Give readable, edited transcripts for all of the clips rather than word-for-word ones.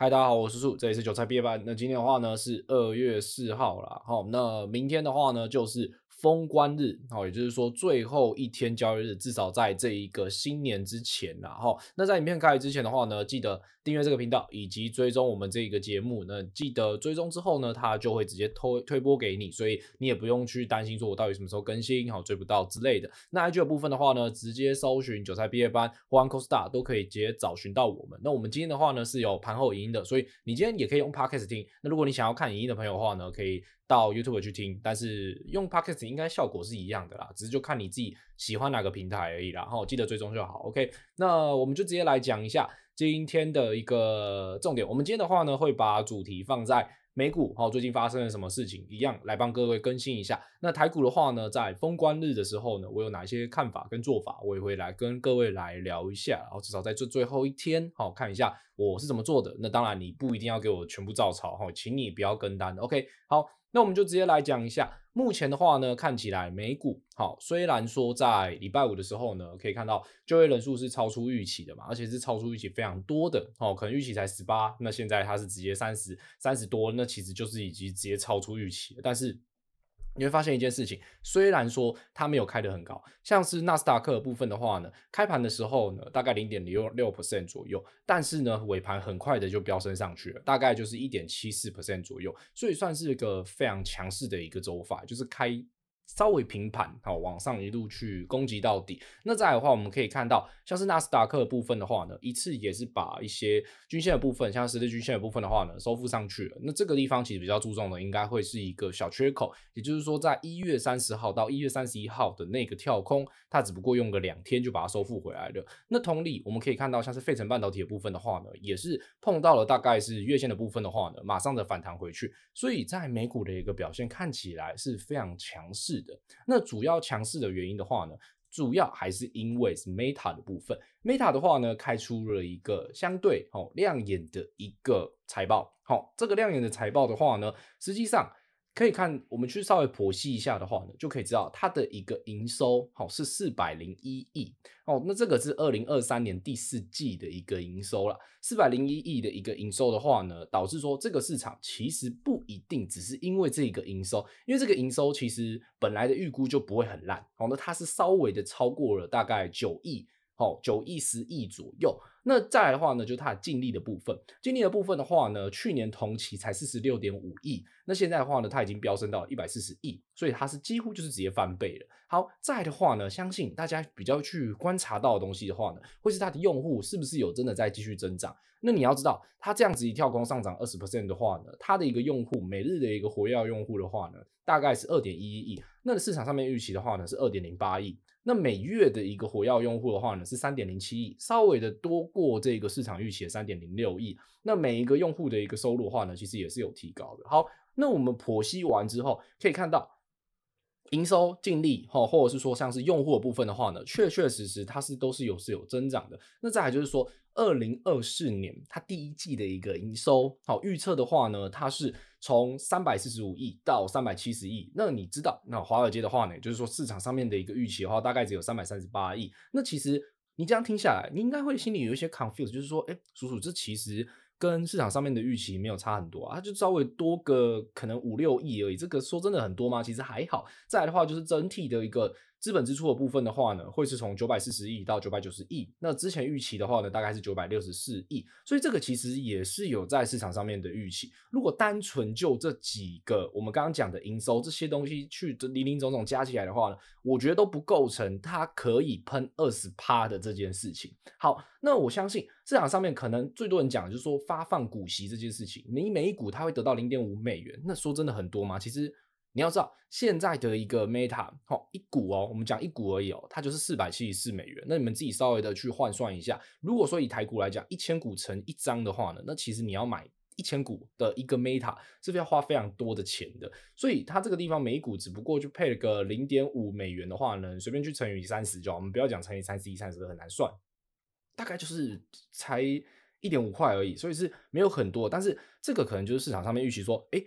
嗨，大家好，我是树，这里是韭菜毕业班。那今天的话呢是2月4号啦，那明天的话呢就是封关日，也就是说最后一天交易日，至少在这一个新年之前啦，那在影片开始之前的话呢，记得订阅这个频道以及追踪我们这个节目。那记得追踪之后呢，它就会直接推播给你，所以你也不用去担心说我到底什么时候更新，追不到之类的。那 IG 的部分的话呢，直接搜寻韭菜毕业班或 Uncle Star 都可以直接找寻到我们。那我们今天的话呢是有盘后影音的，所以你今天也可以用 Podcast 听。那如果你想要看影音的朋友的话呢，可以到 YouTube 去听，但是用 Podcast 应该效果是一样的啦，只是就看你自己喜欢哪个平台而已啦，记得追踪就好。OK， 那我们就直接来讲一下今天的一个重点。我们今天的话呢，会把主题放在美股最近发生了什么事情，一样来帮各位更新一下。那台股的话呢，在封关日的时候呢，我有哪些看法跟做法，我也会来跟各位来聊一下。然后至少在最后一天，看一下我是怎么做的。那当然你不一定要给我全部照抄，请你不要跟单。OK， 好，那我们就直接来讲一下。目前的话呢，看起来美股虽然说在礼拜五的时候呢，可以看到就业人数是超出预期的嘛，而且是超出预期非常多的可能预期才18，那现在它是直接30多，那其实就是已经直接超出预期了。但是你会发现一件事情，虽然说它没有开得很高，像是纳斯达克的部分的话呢，开盘的时候呢，大概 0.06% 左右，但是呢，尾盘很快的就飙升上去了，大概就是 1.74% 左右，所以算是一个非常强势的一个走法，就是稍微平盘往上一路去攻击到底。那再来的话，我们可以看到像是纳斯达克的部分的话呢，一次也是把一些均线的部分，像十日均线的部分的话呢，收复上去了。那这个地方其实比较注重的应该会是一个小缺口，也就是说在1月30号到1月31号的那个跳空，它只不过用个2天就把它收复回来了。那同理，我们可以看到像是费城半导体的部分的话呢，也是碰到了大概是月线的部分的话呢，马上的反弹回去。所以在美股的一个表现看起来是非常强势的。那主要强势的原因的话呢，主要还是因为是 Meta 的部分。Meta 的话呢，开出了一个相对亮眼的一个财报。这个亮眼的财报的话呢，实际上可以看，我们去稍微剖析一下的话呢，就可以知道它的一个营收是401亿那这个是2023年第4季的一个营收啦。401亿的一个营收的话呢，导致说这个市场其实不一定只是因为这个营收，因为这个营收其实本来的预估就不会很烂那它是稍微的超过了大概9亿9亿10亿左右。那再来的话呢，就是它的净利的部分，净利的部分的话呢，去年同期才46.5亿，那现在的话呢，它已经飙升到140亿，所以它是几乎就是直接翻倍了。好，再来的话呢，相信大家比较去观察到的东西的话呢，会是它的用户是不是有真的在继续增长。那你要知道，它这样子一跳空上涨 20% 的话呢，它的一个用户每日的一个活跃用户的话呢，大概是 2.11 亿，那市场上面预期的话呢是 2.08 亿。那每月的一个活跃用户的话呢是 3.07 亿，稍微的多过这个市场预期的 3.06 亿。那每一个用户的一个收入的话呢，其实也是有提高的。好，那我们剖析完之后，可以看到营收、净利或者是说像是用户的部分的话呢，确实它都是有增长的。那再来就是说2024年它第一季的一个营收预测的话呢，它是从345亿到370亿。那你知道，那华尔街的话呢，就是说市场上面的一个预期的话，大概只有338亿。那其实你这样听下来，你应该会心里有一些 confuse， 就是说，叔叔，这其实跟市场上面的预期没有差很多它就稍微多个可能5-6亿而已。这个说真的很多吗？其实还好。再来的话，就是整体的一个资本支出的部分的话呢，会是从940亿到990亿。那之前预期的话呢，大概是964亿，所以这个其实也是有在市场上面的预期。如果单纯就这几个我们刚刚讲的营收这些东西去林林总总加起来的话呢，我觉得都不构成它可以喷20% 的这件事情。好，那我相信市场上面可能最多人讲的就是说发放股息这件事情，你每一股它会得到 0.5 美元，那说真的很多吗？其实你要知道，现在的一个 Meta 一股我们讲一股而已它就是474美元。那你们自己稍微的去换算一下，如果说以台股来讲，1000股乘1张的话呢，那其实你要买1000股的一个 Meta 是要花非常多的钱的。所以它这个地方每一股只不过就配了个 0.5 美元的话呢，随便去乘以30就好，我们不要讲乘以31、30很难算，大概就是才1.5块而已，所以是没有很多。但是这个可能就是市场上面预期说，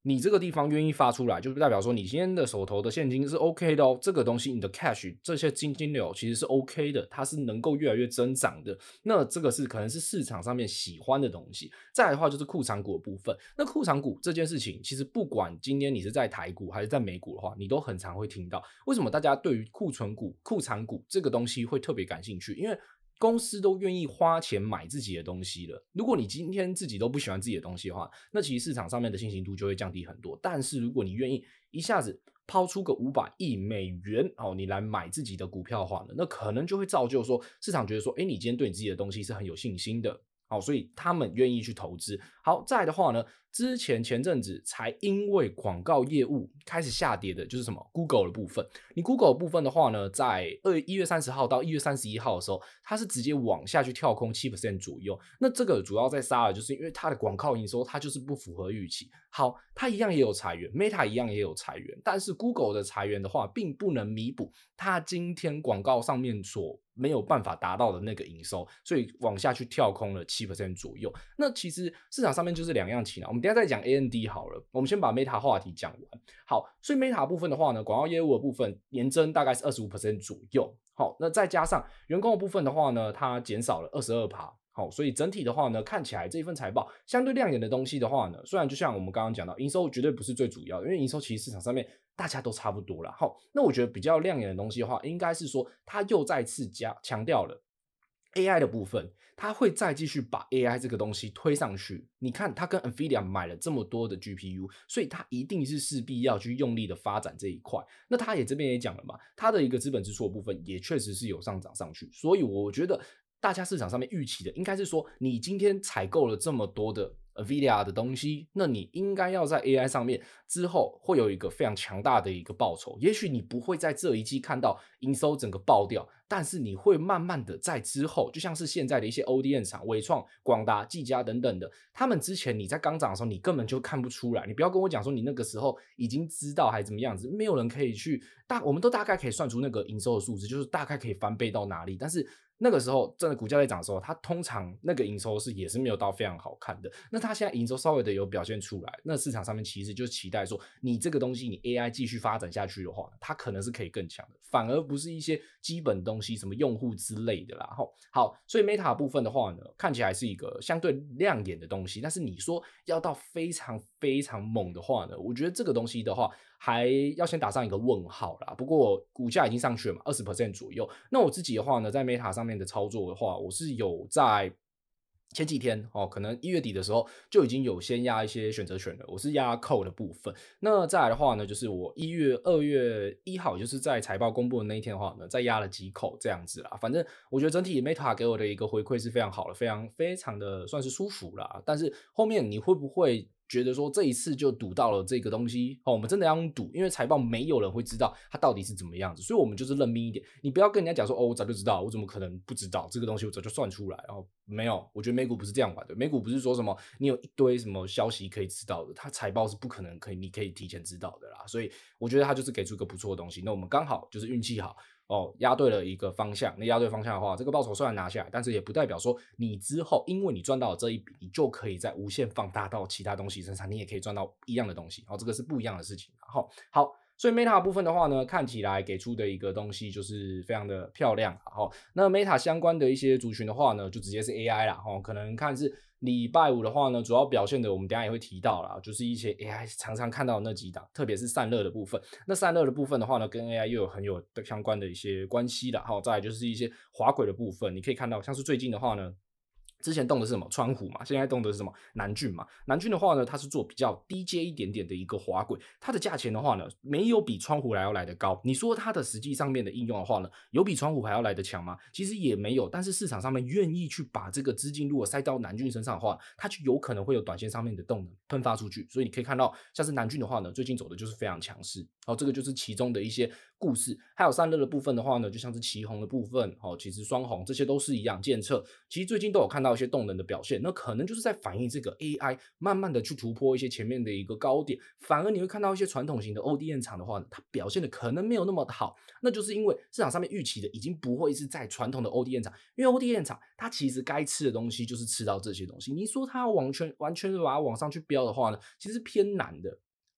你这个地方愿意发出来，就是代表说你今天的手头的现金是 OK 的哦，这个东西你的 cash 这些金流其实是 OK 的，它是能够越来越增长的。那这个是可能是市场上面喜欢的东西。再来的话就是库藏股的部分。那库藏股这件事情，其实不管今天你是在台股还是在美股的话，你都很常会听到。为什么大家对于库存股、库藏股这个东西会特别感兴趣？因为公司都愿意花钱买自己的东西了。如果你今天自己都不喜欢自己的东西的话，那其实市场上面的信心度就会降低很多。但是如果你愿意一下子抛出个500亿美元你来买自己的股票的话呢，那可能就会造就说市场觉得说，你今天对你自己的东西是很有信心的。所以他们愿意去投资。好，再来的话呢，前阵子才因为广告业务开始下跌的，就是什么 Google 的部分。你 Google 的部分的话呢，在1月30号到1月31号的时候，它是直接往下去跳空 7% 左右。那这个主要在杀的就是因为它的广告营收它就是不符合预期。好，它一样也有裁员 ，Meta 一样也有裁员，但是 Google 的裁员的话，并不能弥补它今天广告上面所没有办法达到的那个营收，所以往下去跳空了 7% 左右。那其实市场上面就是两样情啊。我们等一下再讲 AMD 好了，我们先把 Meta 话题讲完。好，所以 Meta 部分的话呢，广告业务的部分年增大概是 25% 左右。好，那再加上员工的部分的话呢，它减少了 22%。好，所以整体的话呢，看起来这一份财报相对亮眼的东西的话呢，虽然就像我们刚刚讲到，营收绝对不是最主要的，因为营收其实市场上面大家都差不多啦。好，那我觉得比较亮眼的东西的话，应该是说它又再次强调了 AI 的部分，它会再继续把 AI 这个东西推上去。你看，它跟 NVIDIA 买了这么多的 GPU， 所以它一定是势必要去用力的发展这一块。那它这边也讲了嘛，它的一个资本支出的部分也确实是有上涨上去，所以我觉得大家市场上面预期的应该是说，你今天采购了这么多的 NVIDIA 的东西，那你应该要在 AI 上面之后会有一个非常强大的一个报酬。也许你不会在这一季看到营收整个爆掉，但是你会慢慢的在之后，就像是现在的一些 ODM 厂，伟创、广达、技嘉等等的，他们之前你在刚涨的时候，你根本就看不出来。你不要跟我讲说你那个时候已经知道还是怎么样子，没有人可以去我们都大概可以算出那个营收的数字，就是大概可以翻倍到哪里，但是那个时候真的股价在涨的时候，它通常那个营收也是没有到非常好看的。那它现在营收稍微的有表现出来，那市场上面其实就期待说，你这个东西你 AI 继续发展下去的话，它可能是可以更强的，反而不是一些基本东西什么用户之类的啦。好，所以 Meta 部分的话呢，看起来是一个相对亮眼的东西，但是你说要到非常非常猛的话呢，我觉得这个东西的话还要先打上一个问号啦。不过股价已经上去了嘛 20% 左右。那我自己的话呢，在 Meta 上面的操作的话，我是有在前几天可能1月底的时候就已经有先压一些选择权了，我是压 call 的部分。那再来的话呢，就是我2月1号，就是在财报公布的那一天的话呢，再压了几口这样子啦。反正我觉得整体 Meta 给我的一个回馈是非常好的，非常的算是舒服啦。但是后面你会不会觉得说这一次就赌到了这个东西我们真的要用赌，因为财报没有人会知道它到底是怎么样子，所以我们就是认命一点。你不要跟人家讲说我早就知道，我怎么可能不知道这个东西，我早就算出来。没有，我觉得美股不是这样玩的。美股不是说什么你有一堆什么消息可以知道的，它财报是不可能你可以提前知道的啦。所以我觉得它就是给出一个不错的东西。那我们刚好就是运气好压对了一个方向。那压对方向的话，这个报酬虽然拿下来，但是也不代表说你之后因为你赚到了这一笔，你就可以再无限放大到其他东西身上，你也可以赚到一样的东西。这个是不一样的事情。好。所以 Meta 部分的话呢，看起来给出的一个东西就是非常的漂亮。那 Meta 相关的一些族群的话呢，就直接是 AI 啦。可能看是礼拜五的话呢，主要表现的我们等一下也会提到啦，就是一些 AI 常常看到的那几档，特别是散热的部分。那散热的部分的话呢，跟 AI 又有很有相关的一些关系啦。再来就是一些滑轨的部分，你可以看到像是最近的话呢，之前动的是什么川湖嘛，现在动的是什么南郡嘛。南郡的话呢，它是做比较低阶一点点的一个滑轨，它的价钱的话呢，没有比川湖还要来得高。你说它的实际上面的应用的话呢，有比川湖还要来得强吗？其实也没有，但是市场上面愿意去把这个资金如果塞到南郡身上的话，它就有可能会有短线上面的动能喷发出去。所以你可以看到，像是南郡的话呢，最近走的就是非常强势。这个就是其中的一些故事。还有散热的部分的话呢，就像是奇鋐的部分其实双鋐这些都是一样，建测其实最近都有看到一些动能的表现，那可能就是在反映这个 AI 慢慢的去突破一些前面的一个高点，反而你会看到一些传统型的 ODM 厂的话呢，它表现的可能没有那么好，那就是因为市场上面预期的已经不会是在传统的 ODM 厂，因为 ODM 厂它其实该吃的东西就是吃到这些东西，你说它完全的把它往上去飙的话呢，其实偏难的。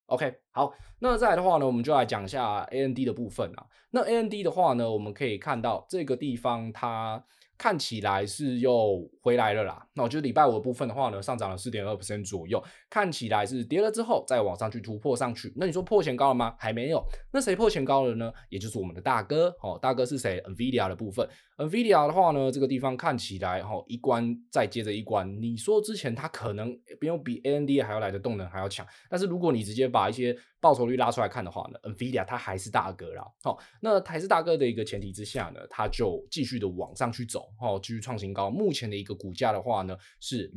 OK， 好，那再来的话呢，我们就来讲一下 AMD 的部分啊。那 AMD 的话呢，我们可以看到这个地方它看起来是又回来了啦。那我觉得礼拜五的部分的话呢，上涨了 4.2% 左右，看起来是跌了之后再往上去突破上去。那你说破前高了吗？还没有。那谁破前高了呢？也就是我们的大哥哦，大哥是谁 ？NVIDIA 的部分。NVIDIA 的话呢，这个地方看起来一关再接着一关。你说之前它可能没有比 AMD 还要来的动能还要强，但是如果你直接把一些报酬率拉出来看的话呢 ，NVIDIA 它还是大哥啦。那还是大哥的一个前提之下呢，它就继续的往上去走，继续创新高。目前的一个股价的话呢是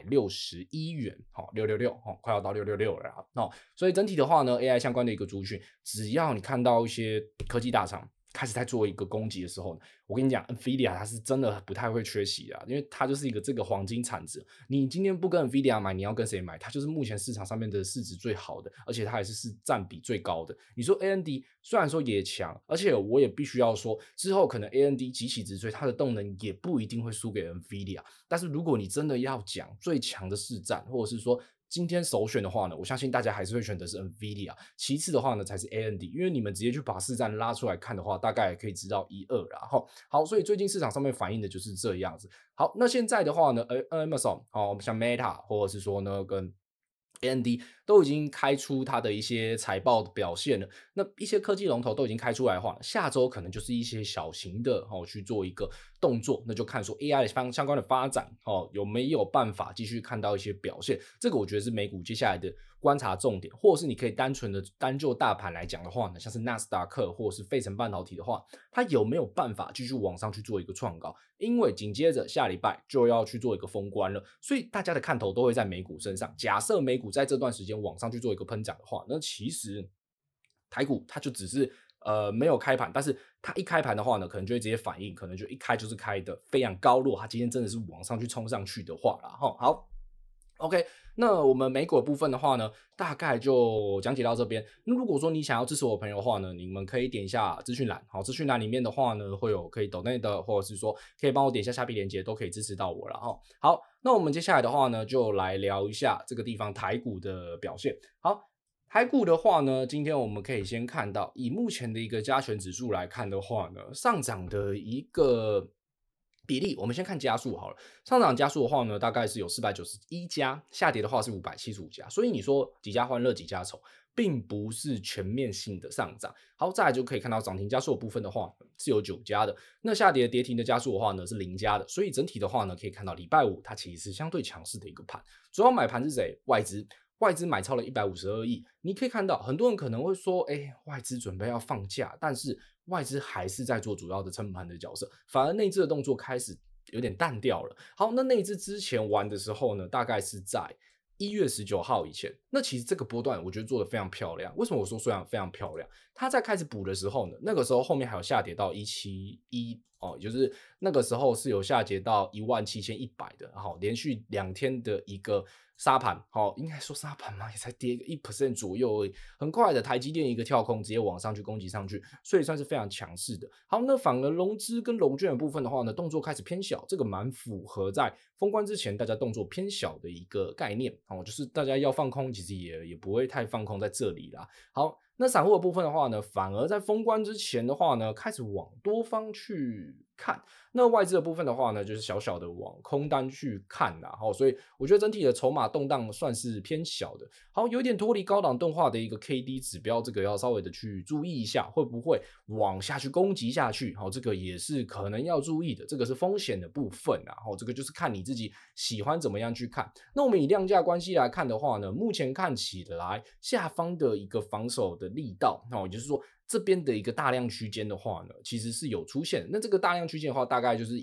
661元，666，快要到666了啦。所以整体的话呢 ，AI 相关的一个族群，只要你看到一些科技大厂开始在做一个攻击的时候呢，我跟你讲 ，NVIDIA 它是真的不太会缺席啊，因为它就是一个这个黄金产值。你今天不跟 NVIDIA 买，你要跟谁买？它就是目前市场上面的市值最好的，而且它也是占比最高的。你说 AMD 虽然说也强，而且我也必须要说，之后可能 AMD 急起直追，它的动能也不一定会输给 NVIDIA。但是如果你真的要讲最强的市占，或者是说今天首选的话呢，我相信大家还是会选的是 NVIDIA， 其次的话呢才是 AMD， 因为你们直接去把市占拉出来看的话，大概也可以知道1、2啦。好，所以最近市场上面反映的就是这样子。好，那现在的话呢，Amazon 像 Meta 或者是说呢跟AMD 都已经开出它的一些财报的表现了，那一些科技龙头都已经开出来的话，下周可能就是一些小型的去做一个动作，那就看说 AI 的相关的发展有没有办法继续看到一些表现，这个我觉得是美股接下来的观察重点，或者是你可以单纯的单就大盘来讲的话呢，像是纳斯达克或者是费城半导体的话，它有没有办法继续往上去做一个创高？因为紧接着下礼拜就要去做一个封关了，所以大家的看头都会在美股身上。假设美股在这段时间往上去做一个喷涨的话，那其实台股它就只是没有开盘，但是它一开盘的话呢，可能就会直接反应，可能就一开就是开的非常高落。它今天真的是往上去冲上去的话啦，好。OK， 那我们美股的部分的话呢，大概就讲解到这边。那如果说你想要支持我的朋友的话呢，你们可以点一下资讯栏，好，资讯栏里面的话呢，会有可以抖内的，或者是说可以帮我点一下下币链接，都可以支持到我了哈。好，那我们接下来的话呢，就来聊一下这个地方台股的表现。好，台股的话呢，今天我们可以先看到，以目前的一个加权指数来看的话呢，上涨的一个比例，我们先看家数好了。上涨家数的话呢，大概是有491家，下跌的话是575家。所以你说几家欢乐几家愁，并不是全面性的上涨。好，再来就可以看到涨停家数的部分的话是有9家的，那下跌跌停的家数的话呢是0家的。所以整体的话呢，可以看到礼拜五它其实是相对强势的一个盘。主要买盘是谁？外资。外资买超了152亿，你可以看到很多人可能会说，外资准备要放假，但是外资还是在做主要的撑盘的角色，反而内资的动作开始有点淡掉了。好，那内资之前玩的时候呢，大概是在1月19号以前，那其实这个波段我觉得做得非常漂亮。为什么我说虽然非常漂亮？它在开始补的时候呢，那个时候后面还有下跌到171也就是那个时候是有下跌到17100的，然后连续2天的一个杀盘，应该说杀盘嘛，也才跌个1% 左右而已，很快的台积电一个跳空直接往上去攻击上去，所以算是非常强势的。好，那反而融资跟融券的部分的话呢，动作开始偏小，这个蛮符合在封关之前大家动作偏小的一个概念，就是大家要放空，其实也不会太放空在这里啦。好。那散户的部分的话呢，反而在封关之前的话呢，开始往多方去看。那外资的部分的话呢，就是小小的往空单去看啦。所以我觉得整体的筹码动荡算是偏小的。好，有点脱离高档动画的一个 KD 指标，这个要稍微的去注意一下，会不会往下去攻击下去？这个也是可能要注意的，这个是风险的部分啊。这个就是看你自己喜欢怎么样去看。那我们以量价关系来看的话呢，目前看起来下方的一个防守的力道，也就是说这边的一个大量区间的话呢，其实是有出现的。那这个大量区间的话，大概就是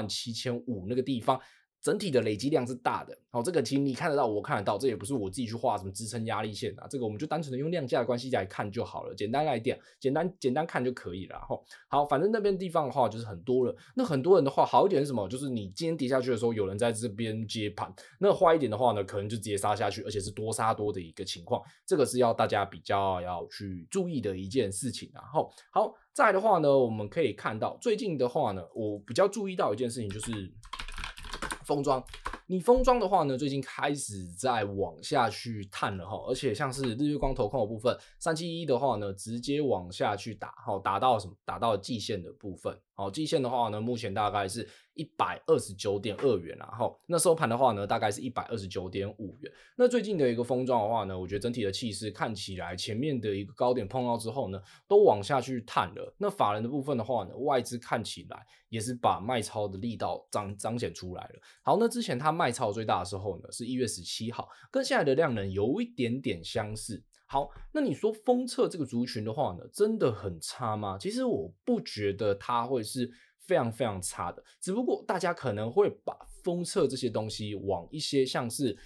17500那个地方，整体的累积量是大的。这个其实你看得到，我看得到，这也不是我自己去画什么支撑压力线啊，这个我们就单纯的用量价的关系来看就好了，简单来点，简单看就可以了。好，反正那边地方的话就是很多了。那很多人的话，好一点是什么？就是你今天跌下去的时候，有人在这边接盘。那坏一点的话呢，可能就直接杀下去，而且是多杀多的一个情况，这个是要大家比较要去注意的一件事情啊。好，再来的话呢，我们可以看到最近的话呢，我比较注意到一件事情就是封装。 你封装的话呢，最近开始在往下去探了而且像是日月光投控的部分，371的话呢，直接往下去打到什么？打到季线的部分。季线的话呢，目前大概是129.2元啦，那收盘的话呢，大概是129.5元。那最近的一个封装的话呢，我觉得整体的气势看起来，前面的一个高点碰到之后呢，都往下去探了。那法人的部分的话呢，外资看起来也是把卖超的力道彰显出来了。好，那之前他卖超最大的时候呢，是1月17号，跟现在的量能有一点点相似。好，那你说封测这个族群的话呢，真的很差吗？其实我不觉得它会是非常非常差的，只不过大家可能会把封测这些东西往一些像是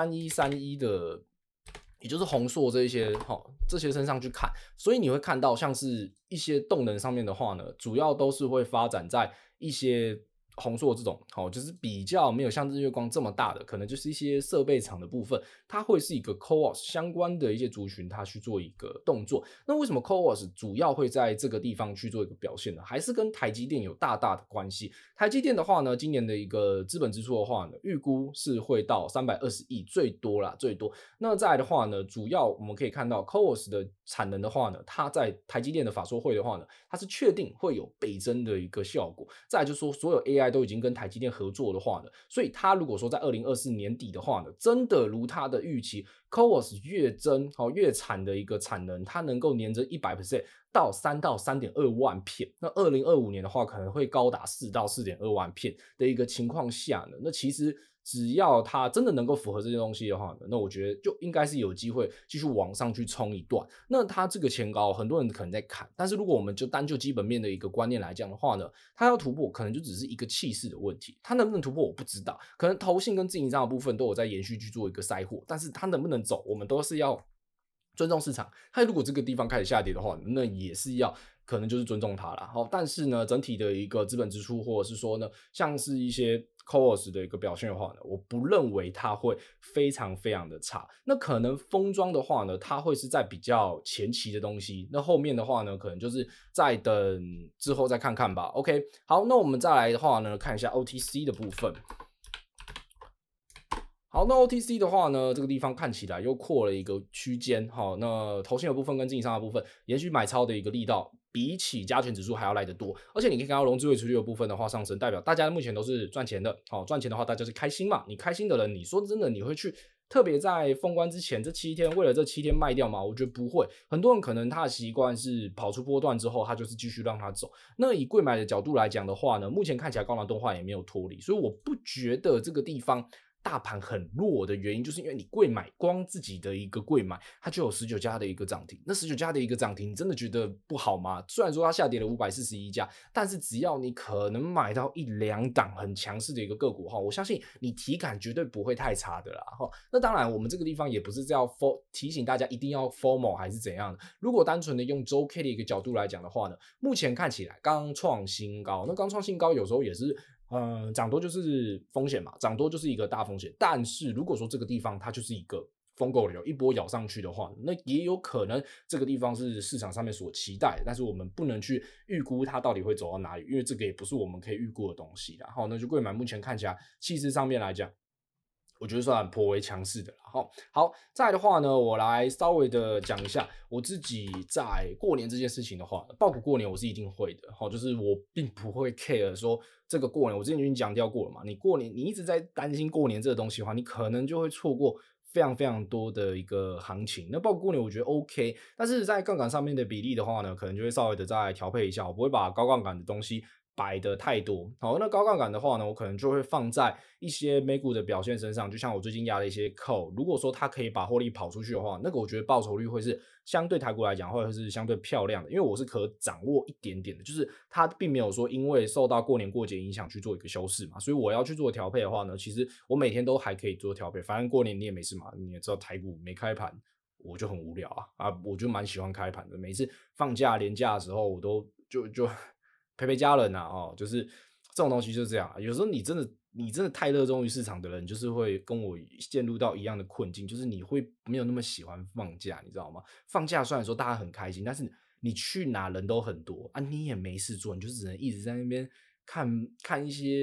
3131的，也就是宏硕这些身上去看，所以你会看到像是一些动能上面的话呢，主要都是会发展在一些宏硕这种就是比较没有像日月光这么大的，可能就是一些设备厂的部分，它会是一个 CoWoS 相关的一些族群，它去做一个动作。那为什么 CoWoS 主要会在这个地方去做一个表现呢？还是跟台积电有大大的关系。台积电的话呢，今年的一个资本支出的话呢，预估是会到320亿，最多啦，最多。那再来的话呢，主要我们可以看到 CoWoS 的产能的话呢，它在台积电的法说会的话呢，它是确定会有倍增的一个效果。再来就是说，所有 AI 都已经跟台积电合作的话呢，所以它如果说在2024年底的话呢，真的如它的预期 ，CoWoS 月产的一个产能，它能够年增100%到3到3.2万片。那2025年的话，可能会高达4到4.2万片的一个情况下呢，那其实只要它真的能够符合这些东西的话呢，那我觉得就应该是有机会继续往上去冲一段。那它这个前高，很多人可能在看，但是如果我们就单就基本面的一个观念来讲的话呢，它要突破可能就只是一个气势的问题，它能不能突破我不知道，可能投信跟自营商的部分都有在延续去做一个塞货，但是它能不能走，我们都是要尊重市场。它如果这个地方开始下跌的话，那也是要可能就是尊重它啦。但是呢，整体的一个资本支出，或者是说呢，像是一些 CoWoS 的一个表现的话呢，我不认为它会非常非常的差。那可能封装的话呢，它会是在比较前期的东西，那后面的话呢，可能就是再等之后再看看吧。OK， 好，那我们再来的话呢，看一下 OTC 的部分。好，那 OTC 的话呢，这个地方看起来又扩了一个区间，那投信的部分跟经营商的部分延续买超的一个力道，比起加权指数还要来得多，而且你可以看到融资未出率的部分的话上升，代表大家目前都是赚钱的，赚钱的话大家是开心嘛，你开心的人，你说真的你会去特别在封关之前这7天为了这7天卖掉吗？我觉得不会，很多人可能他的习惯是跑出波段之后，他就是继续让它走。那以贵买的角度来讲的话呢，目前看起来高能动画也没有脱离，所以我不觉得这个地方大盘很弱的原因，就是因为你贵买光自己的一个贵买，它就有19家的一个涨停。那19家的一个涨停，你真的觉得不好吗？虽然说它下跌了541家，但是只要你可能买到1、2档很强势的一个个股，我相信你体感绝对不会太差的啦。那当然，我们这个地方也不是要提醒大家一定要 FOMO 还是怎样的。如果单纯的用周 K 的一个角度来讲的话呢，目前看起来刚创新高，那刚创新高有时候也是。涨多就是风险嘛，涨多就是一个大风险。但是如果说这个地方它就是一个疯狗流，一波咬上去的话，那也有可能这个地方是市场上面所期待的，但是我们不能去预估它到底会走到哪里，因为这个也不是我们可以预估的东西啦。那就贵买目前看起来气势上面来讲，我觉得算颇为强势的啦。好，再来的话呢，我来稍微的讲一下我自己在过年这件事情的话，抱股过年我是一定会的。就是我并不会 care 说这个过年，我之前已经讲掉过了嘛。你过年你一直在担心过年这个东西的话，你可能就会错过非常非常多的一个行情。那抱股过年我觉得 OK， 但是在杠杆上面的比例的话呢，可能就会稍微的再调配一下，我不会把高杠杆的东西摆的太多。好，那高杠杆的话呢，我可能就会放在一些美股的表现身上，就像我最近压的一些扣，如果说它可以把获利跑出去的话，那个我觉得报酬率会是相对台股来讲会是相对漂亮的，因为我是可掌握一点点的，就是它并没有说因为受到过年过节影响去做一个修饰嘛，所以我要去做调配的话呢，其实我每天都还可以做调配，反正过年你也没事嘛，你也知道台股没开盘。我就很无聊我就蛮喜欢开盘的。每次放假连假的时候，我都就陪陪家人就是这种东西就是这样。有时候你真的太热衷于市场的人，就是会跟我陷入到一样的困境，就是你会没有那么喜欢放假，你知道吗？放假虽然说大家很开心，但是你去哪人都很多你也没事做，你就只能一直在那边看一些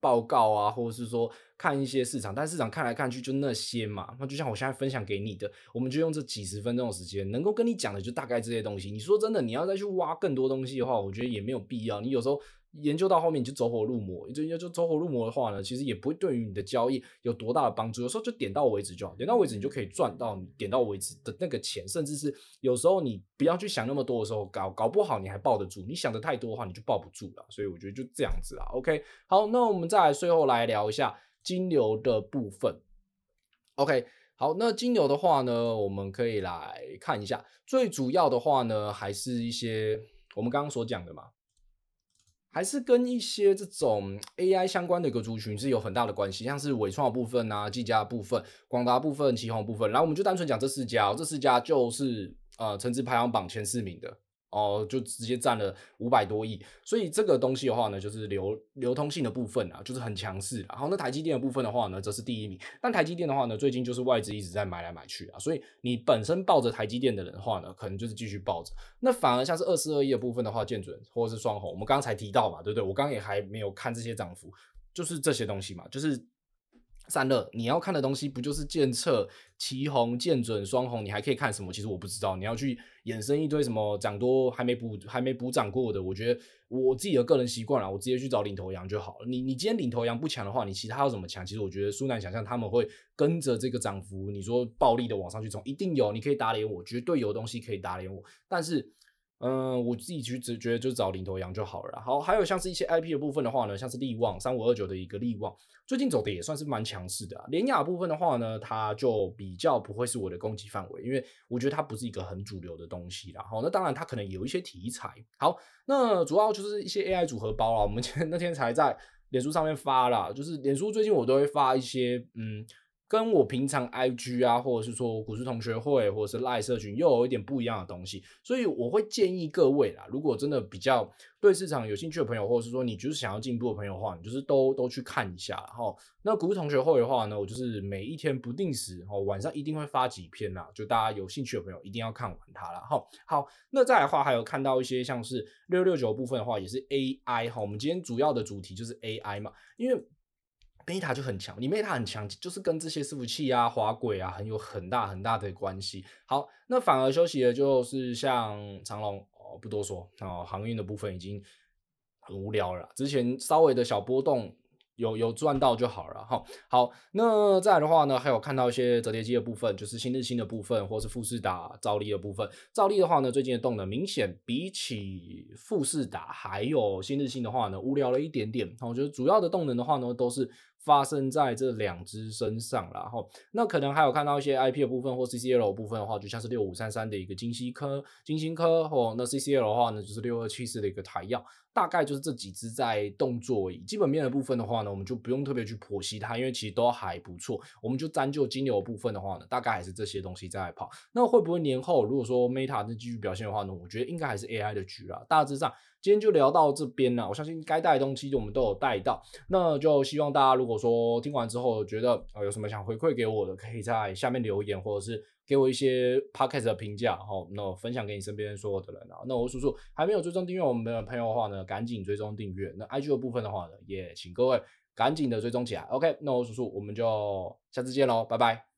报告啊，或者是说看一些市场，但市场看来看去就那些嘛。那就像我现在分享给你的，我们就用这几十分钟的时间，能够跟你讲的就大概这些东西。你说真的，你要再去挖更多东西的话，我觉得也没有必要。你有时候研究到后面你就走火入魔，就走火入魔的话呢，其实也不会对于你的交易有多大的帮助。有时候就点到为止就好，点到为止你就可以赚到你点到为止的那个钱，甚至是有时候你不要去想那么多的时候，搞不好你还抱得住。你想的太多的话，你就抱不住了。所以我觉得就这样子啦。OK， 好，那我们再来最后来聊一下金流的部分。OK，好，那金流的话呢，我们可以来看一下，最主要的话呢，还是一些我们刚刚所讲的嘛。还是跟一些这种 AI 相关的一个族群是有很大的关系，像是伟创的部分啊、技嘉的部分、广达部分、奇宏部分，然后我们就单纯讲这四家，这四家就是成值排行榜前4名的哦，就直接占了500多亿，所以这个东西的话呢，就是流通性的部分啊，就是很强势。然后那台积电的部分的话呢，则是第1名。但台积电的话呢，最近就是外资一直在买来买去啊，所以你本身抱着台积电的人的话呢，可能就是继续抱着。那反而像是2421的部分的话，建准或者是双红，我们刚才提到嘛，对不对？我刚刚也还没有看这些涨幅，就是这些东西嘛，就是散热，你要看的东西不就是建测、奇宏、建准、双红，你还可以看什么？其实我不知道，你要去衍生一堆什么涨多还没补涨过的，我觉得我自己的个人习惯啦，我直接去找领头羊就好了。你今天领头羊不强的话，你其他要怎么强？其实我觉得苏南想象他们会跟着这个涨幅，你说暴力的往上去冲，一定有，你可以打脸我，绝对有东西可以打脸我，但是。我自己只觉得就找领头羊就好了啦。好，还有像是一些 IP 的部分的话呢，像是力旺3529的一个力旺，最近走的也算是蛮强势的啊。联雅部分的话呢，它就比较不会是我的攻击范围，因为我觉得它不是一个很主流的东西啦。好，那当然它可能有一些题材。好，那主要就是一些 AI 组合包啦。我们那天才在脸书上面发啦，就是脸书最近我都会发一些跟我平常 IG 啊，或者是说股市同学会，或者是 LINE 社群又有一点不一样的东西，所以我会建议各位啦，如果真的比较对市场有兴趣的朋友，或者是说你就是想要进步的朋友的话，你就是都去看一下。然后那股市同学会的话呢，我就是每一天不定时晚上一定会发几篇啦，就大家有兴趣的朋友一定要看完它啦。好，那再来的话还有看到一些像是6669部分的话也是 AI 我们今天主要的主题就是 AI 嘛，因为Meta 就很强，你 Meta 很强，就是跟这些伺服器啊、滑轨啊很有很大的关系。好，那反而休息的就是像长荣不多说航运的部分已经很无聊了啦，之前稍微的小波动。有赚到就好了哈。好，那再来的话呢，还有看到一些折叠机的部分，就是新日新的部分，或是富士达、兆利的部分。兆利的话呢，最近的动能明显比起富士达还有新日新的话呢，无聊了一点点。我觉得主要的动能的话呢，都是发生在这2只身上啦。那可能还有看到一些 IP 的部分或 CCL 的部分的话，就像是6533的一个金星科，那 CCL 的话呢，就是6274的一个台药。大概就是这几只在动作而已，基本面的部分的话呢，我们就不用特别去剖析它，因为其实都还不错。我们就单就金流的部分的话呢，大概还是这些东西在跑。那会不会年后如果说 Meta 继续表现的话呢，我觉得应该还是 AI 的局啦。大致上今天就聊到这边啦，我相信该带的东西我们都有带到。那就希望大家如果说听完之后觉得有什么想回馈给我的，可以在下面留言，或者是给我一些 podcast 的评价，那我分享给你身边所有的人啊。那我叔叔还没有追踪订阅我们的朋友的话呢，赶紧追踪订阅。那 IG 的部分的话呢，也请各位赶紧的追踪起来。OK，那我叔叔我们就下次见喽，拜拜。